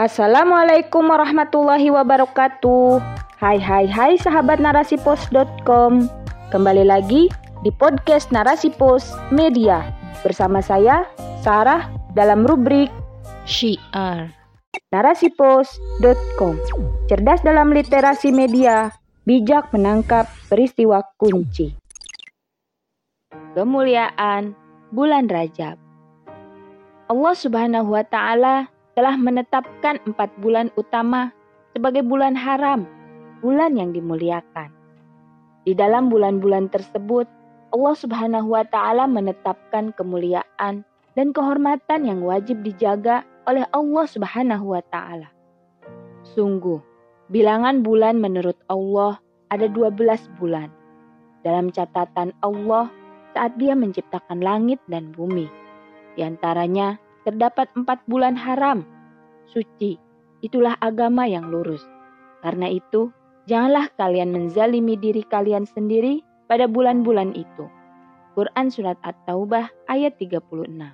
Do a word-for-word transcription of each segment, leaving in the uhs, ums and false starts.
Assalamualaikum warahmatullahi wabarakatuh. Hai hai hai sahabat narasipos dot com. Kembali lagi di podcast Narasi Pos Media bersama saya Sarah dalam rubrik Syiar. narasipos dot com. Cerdas dalam literasi media, bijak menangkap peristiwa kunci. Kemuliaan bulan Rajab. Allah Subhanahu wa taala telah menetapkan empat bulan utama sebagai bulan haram, bulan yang dimuliakan. Di dalam bulan-bulan tersebut, Allah Subhanahu wa taala menetapkan kemuliaan dan kehormatan yang wajib dijaga oleh Allah Subhanahu wa taala. Sungguh, bilangan bulan menurut Allah ada dua belas bulan. Dalam catatan Allah saat Dia menciptakan langit dan bumi. Di antaranya terdapat empat bulan haram, suci. Itulah agama yang lurus. Karena itu, janganlah kalian menzalimi diri kalian sendiri pada bulan-bulan itu. Quran Surat At-Taubah ayat tiga puluh enam.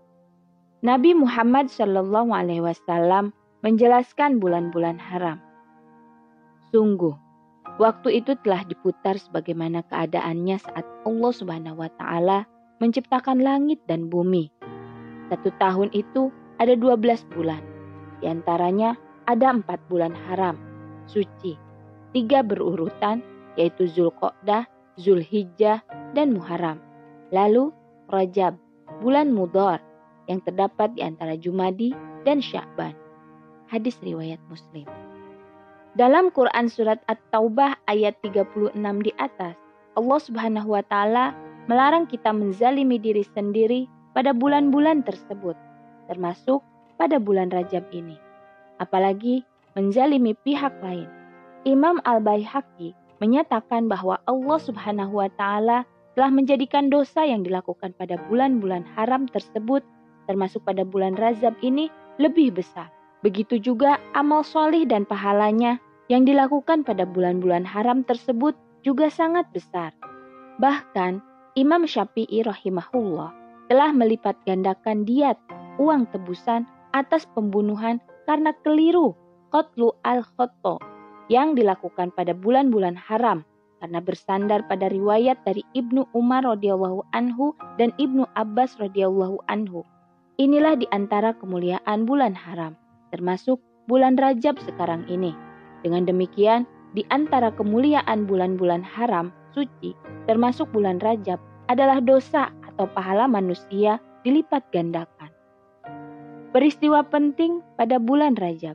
Nabi Muhammad shallallahu alaihi wasallam menjelaskan bulan-bulan haram. Sungguh, waktu itu telah diputar sebagaimana keadaannya saat Allah Subhanahu wa taala menciptakan langit dan bumi. Satu tahun itu ada dua belas bulan. Di antaranya ada empat bulan haram, suci. Tiga berurutan, yaitu Zulqa'dah, Zulhijjah, dan Muharram. Lalu Rajab, bulan Mudhar, yang terdapat di antara Jumadi dan Sya'ban. Hadis riwayat Muslim. Dalam Quran Surat At-Taubah ayat tiga puluh enam di atas, Allah Subhanahu wa taala melarang kita menzalimi diri sendiri pada bulan-bulan tersebut, termasuk pada bulan Rajab ini. Apalagi menzalimi pihak lain. Imam Al-Baihaqi menyatakan bahwa Allah Subhanahu wa taala telah menjadikan dosa yang dilakukan pada bulan-bulan haram tersebut, termasuk pada bulan Rajab ini, lebih besar. Begitu juga amal solih dan pahalanya yang dilakukan pada bulan-bulan haram tersebut juga sangat besar. Bahkan Imam Syafi'i rahimahullah telah melipat gandakan diat, uang tebusan atas pembunuhan karena keliru qatlu al-khoto yang dilakukan pada bulan-bulan haram karena bersandar pada riwayat dari Ibnu Umar radhiyallahu anhu dan Ibnu Abbas radhiyallahu anhu. Inilah di antara kemuliaan bulan haram, termasuk bulan Rajab sekarang ini. Dengan demikian, di antara kemuliaan bulan-bulan haram, suci, termasuk bulan Rajab, adalah dosa atau pahala manusia dilipat gandakan. Peristiwa penting pada bulan Rajab.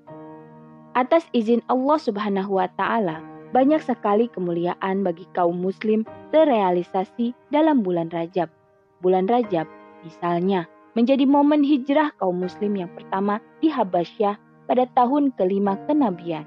Atas izin Allah Subhanahu wa taala, banyak sekali kemuliaan bagi kaum muslim terrealisasi dalam bulan Rajab. Bulan Rajab, misalnya, menjadi momen hijrah kaum muslim yang pertama di Habasyah pada tahun kelima kenabian.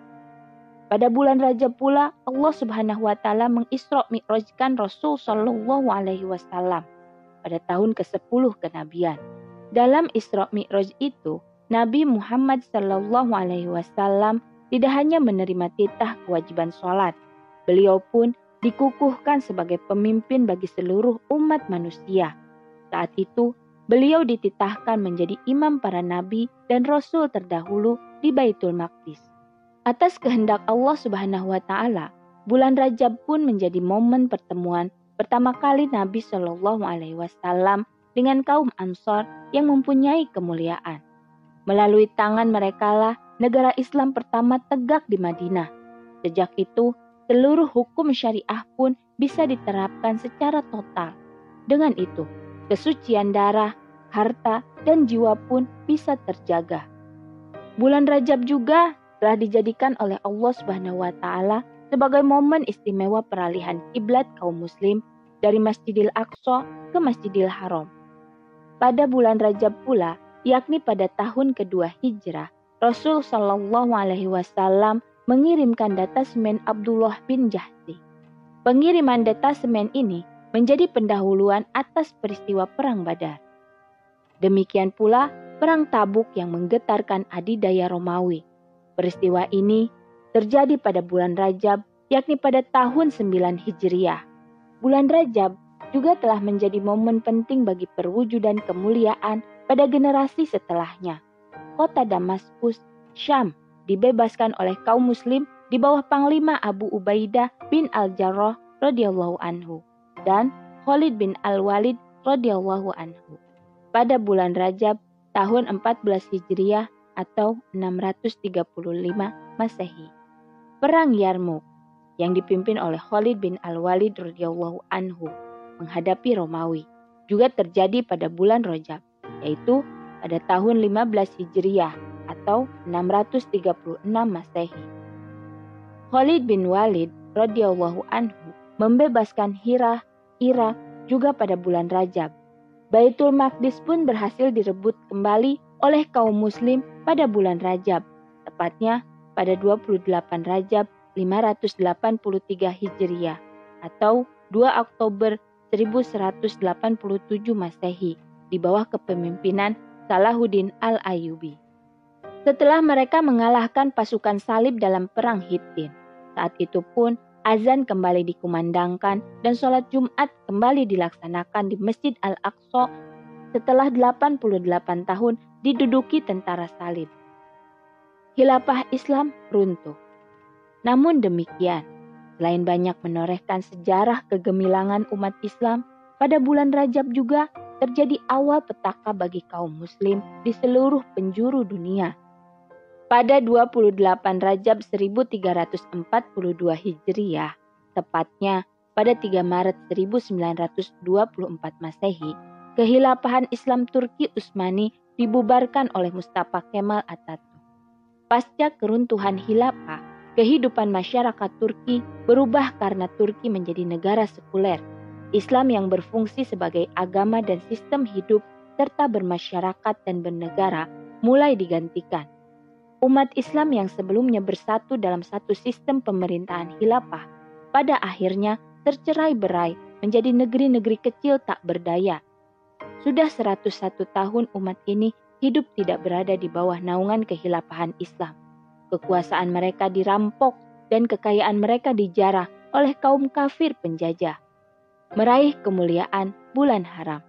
Pada bulan Rajab pula, Allah Subhanahu wa taala mengisra mi'rajkan Rasul sallallahu alaihi wasallam pada tahun kesepuluh kenabian. Dalam Isra Mi'raj itu, Nabi Muhammad sallallahu alaihi wasallam tidak hanya menerima titah kewajiban sholat, beliau pun dikukuhkan sebagai pemimpin bagi seluruh umat manusia. Saat itu, beliau dititahkan menjadi imam para nabi dan rasul terdahulu di Baitul Maqdis. Atas kehendak Allah Subhanahu wa taala, bulan Rajab pun menjadi momen pertemuan pertama kali Nabi Shallallahu alaihi wasallam dengan kaum Ansor yang mempunyai kemuliaan. Melalui tangan merekalah negara Islam pertama tegak di Madinah. Sejak itu, seluruh hukum syariah pun bisa diterapkan secara total. Dengan itu, kesucian darah, harta, dan jiwa pun bisa terjaga. Bulan Rajab juga telah dijadikan oleh Allah Subhanahu wa taala sebagai momen istimewa peralihan kiblat kaum muslim dari Masjidil Aqsa ke Masjidil Haram. Pada bulan Rajab pula, yakni pada tahun kedua Hijrah, Rasul Shallallahu alaihi wasallam mengirimkan detasemen Abdullah bin Jahsy. Pengiriman detasemen ini menjadi pendahuluan atas peristiwa Perang Badar. Demikian pula Perang Tabuk yang menggetarkan adidaya Romawi. Peristiwa ini terjadi pada bulan Rajab, yakni pada tahun sembilan Hijriah. Bulan Rajab juga telah menjadi momen penting bagi perwujudan kemuliaan pada generasi setelahnya. Kota Damaskus Syam dibebaskan oleh kaum muslim di bawah Panglima Abu Ubaidah bin Al-Jarrah radhiyallahu anhu dan Khalid bin Al-Walid radhiyallahu anhu pada bulan Rajab tahun empat belas Hijriah atau enam ratus tiga puluh lima Masehi. Perang Yarmuk yang dipimpin oleh Khalid bin Al-Walid radhiyallahu anhu menghadapi Romawi juga terjadi pada bulan Rajab, yaitu pada tahun lima belas Hijriah atau enam ratus tiga puluh enam Masehi. Khalid bin Walid radhiyallahu anhu membebaskan Hira, Irak juga pada bulan Rajab. Baitul Maqdis pun berhasil direbut kembali oleh kaum muslim pada bulan Rajab, tepatnya pada dua puluh delapan Rajab lima ratus delapan puluh tiga Hijriah atau dua Oktober seribu seratus delapan puluh tujuh Masehi di bawah kepemimpinan Salahuddin Al-Ayyubi. Setelah mereka mengalahkan pasukan salib dalam perang Hittin, saat itu pun azan kembali dikumandangkan dan sholat Jumat kembali dilaksanakan di Masjid Al-Aqsa setelah delapan puluh delapan tahun diduduki tentara salib. Khilafah Islam runtuh. Namun demikian, selain banyak menorehkan sejarah kegemilangan umat Islam, pada bulan Rajab juga terjadi awal petaka bagi kaum muslim di seluruh penjuru dunia. Pada dua puluh delapan Rajab seribu tiga ratus empat puluh dua Hijriah, tepatnya pada tiga Maret seribu sembilan ratus dua puluh empat Masehi, kehilafahan Islam Turki Utsmani dibubarkan oleh Mustafa Kemal Atatürk. Pasca keruntuhan khilafah, kehidupan masyarakat Turki berubah karena Turki menjadi negara sekuler. Islam yang berfungsi sebagai agama dan sistem hidup serta bermasyarakat dan bernegara mulai digantikan. Umat Islam yang sebelumnya bersatu dalam satu sistem pemerintahan khilafah, pada akhirnya tercerai-berai menjadi negeri-negeri kecil tak berdaya. Sudah seratus satu tahun umat ini hidup tidak berada di bawah naungan kekhilafahan Islam. Kekuasaan mereka dirampok dan kekayaan mereka dijarah oleh kaum kafir penjajah. Meraih kemuliaan bulan haram.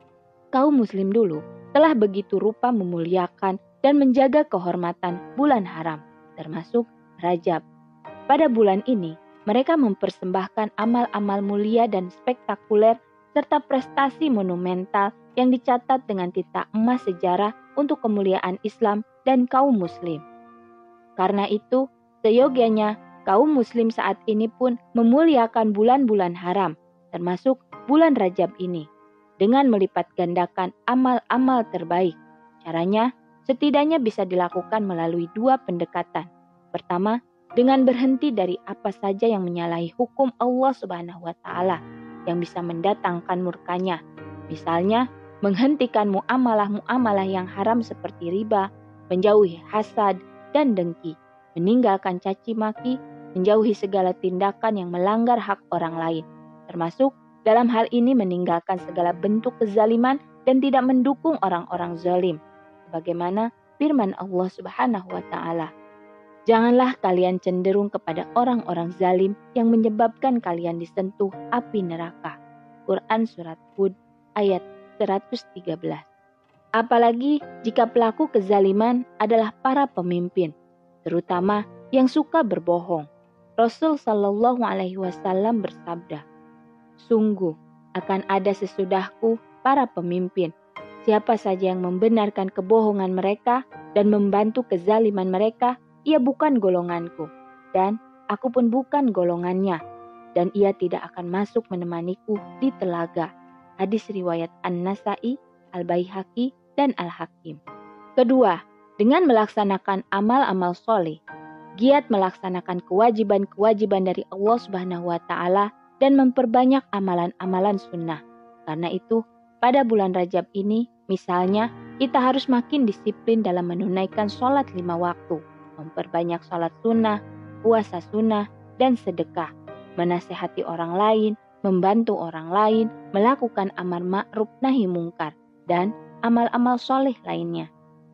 Kaum muslim dulu telah begitu rupa memuliakan dan menjaga kehormatan bulan haram, termasuk Rajab. Pada bulan ini, mereka mempersembahkan amal-amal mulia dan spektakuler serta prestasi monumental yang dicatat dengan tinta emas sejarah untuk kemuliaan Islam dan kaum muslim. Karena itu, seyogianya kaum muslim saat ini pun memuliakan bulan-bulan haram, termasuk bulan Rajab ini, dengan melipat gandakan amal-amal terbaik. Caranya, setidaknya bisa dilakukan melalui dua pendekatan. Pertama, dengan berhenti dari apa saja yang menyalahi hukum Allah Subhanahu wa Ta'ala yang bisa mendatangkan murkanya. Misalnya, menghentikan muamalah-muamalah yang haram seperti riba, menjauhi hasad dan dengki, meninggalkan caci maki, menjauhi segala tindakan yang melanggar hak orang lain, termasuk dalam hal ini meninggalkan segala bentuk kezaliman dan tidak mendukung orang-orang zalim. Sebagaimana firman Allah Subhanahu wa Ta'ala, janganlah kalian cenderung kepada orang-orang zalim yang menyebabkan kalian disentuh api neraka. Quran Surat Hud ayat seratus tiga belas. Apalagi jika pelaku kezaliman adalah para pemimpin, terutama yang suka berbohong. Rasul Shallallahu Alaihi Wasallam bersabda, sungguh akan ada sesudahku para pemimpin. Siapa saja yang membenarkan kebohongan mereka dan membantu kezaliman mereka, ia bukan golonganku, dan aku pun bukan golongannya, dan ia tidak akan masuk menemaniku di telaga. Hadis riwayat An-Nasai, Al-Baihaqi, dan Al-Hakim. Kedua, dengan melaksanakan amal-amal soleh, giat melaksanakan kewajiban-kewajiban dari Allah Subhanahu wa Ta'ala dan memperbanyak amalan-amalan sunnah. Karena itu, pada bulan Rajab ini, misalnya, kita harus makin disiplin dalam menunaikan sholat lima waktu, memperbanyak sholat sunnah, puasa sunnah, dan sedekah, menasehati orang lain, membantu orang lain, melakukan amar ma'ruf nahi mungkar, dan amal-amal soleh lainnya.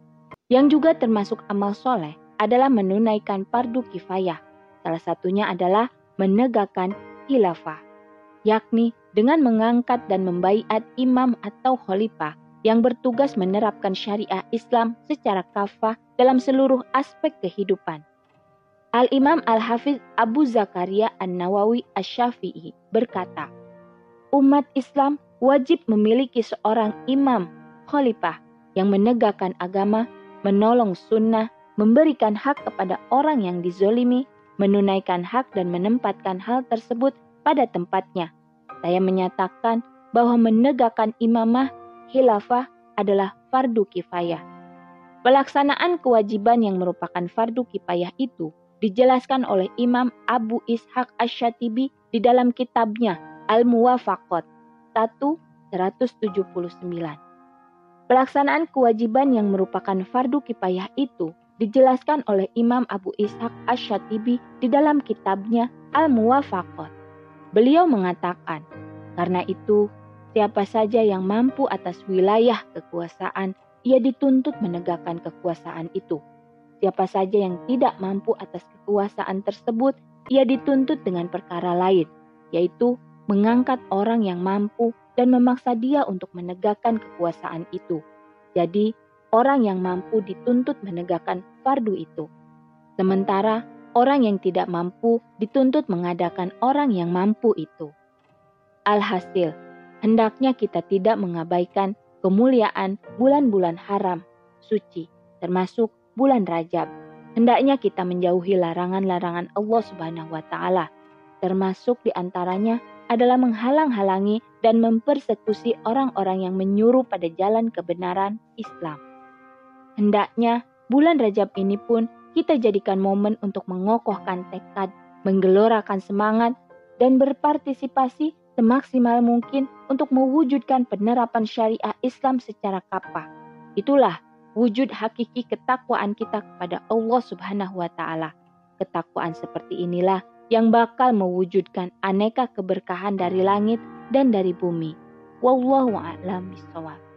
Yang juga termasuk amal soleh adalah menunaikan fardu kifayah. Salah satunya adalah menegakkan khilafah, yakni dengan mengangkat dan membaiat imam atau khalifah yang bertugas menerapkan syariah Islam secara kafah dalam seluruh aspek kehidupan. Al-Imam Al-Hafiz Abu Zakaria An-Nawawi Asy-Syafi'i berkata, umat Islam wajib memiliki seorang imam, khalifah, yang menegakkan agama, menolong sunnah, memberikan hak kepada orang yang dizolimi, menunaikan hak dan menempatkan hal tersebut pada tempatnya. Saya menyatakan bahwa menegakkan imamah, khilafah adalah fardu kifayah. Pelaksanaan kewajiban yang merupakan fardu kifayah itu dijelaskan oleh Imam Abu Ishaq Asy-Syatibi di dalam kitabnya Al-Muwafaqat satu seratus tujuh puluh sembilan. Pelaksanaan kewajiban yang merupakan fardu kifayah itu dijelaskan oleh Imam Abu Ishaq Asy-Syatibi di dalam kitabnya Al-Muwafaqat. Beliau mengatakan, karena itu siapa saja yang mampu atas wilayah kekuasaan, ia dituntut menegakkan kekuasaan itu. Siapa saja yang tidak mampu atas kekuasaan tersebut, ia dituntut dengan perkara lain, yaitu mengangkat orang yang mampu dan memaksa dia untuk menegakkan kekuasaan itu. Jadi, orang yang mampu dituntut menegakkan fardu itu. Sementara, orang yang tidak mampu dituntut mengadakan orang yang mampu itu. Alhasil, hendaknya kita tidak mengabaikan kemuliaan bulan-bulan haram, suci, termasuk bulan Rajab. Hendaknya kita menjauhi larangan-larangan Allah Subhanahu wa taala. Termasuk di antaranya adalah menghalang-halangi dan mempersekusi orang-orang yang menyuruh pada jalan kebenaran Islam. Hendaknya bulan Rajab ini pun kita jadikan momen untuk mengokohkan tekad, menggelorakan semangat, dan berpartisipasi semaksimal mungkin untuk mewujudkan penerapan syariah Islam secara kafah. Itulah wujud hakiki ketakwaan kita kepada Allah Subhanahu wa taala. Ketakwaan seperti inilah yang bakal mewujudkan aneka keberkahan dari langit dan dari bumi. Wallahu a'lam bishawab.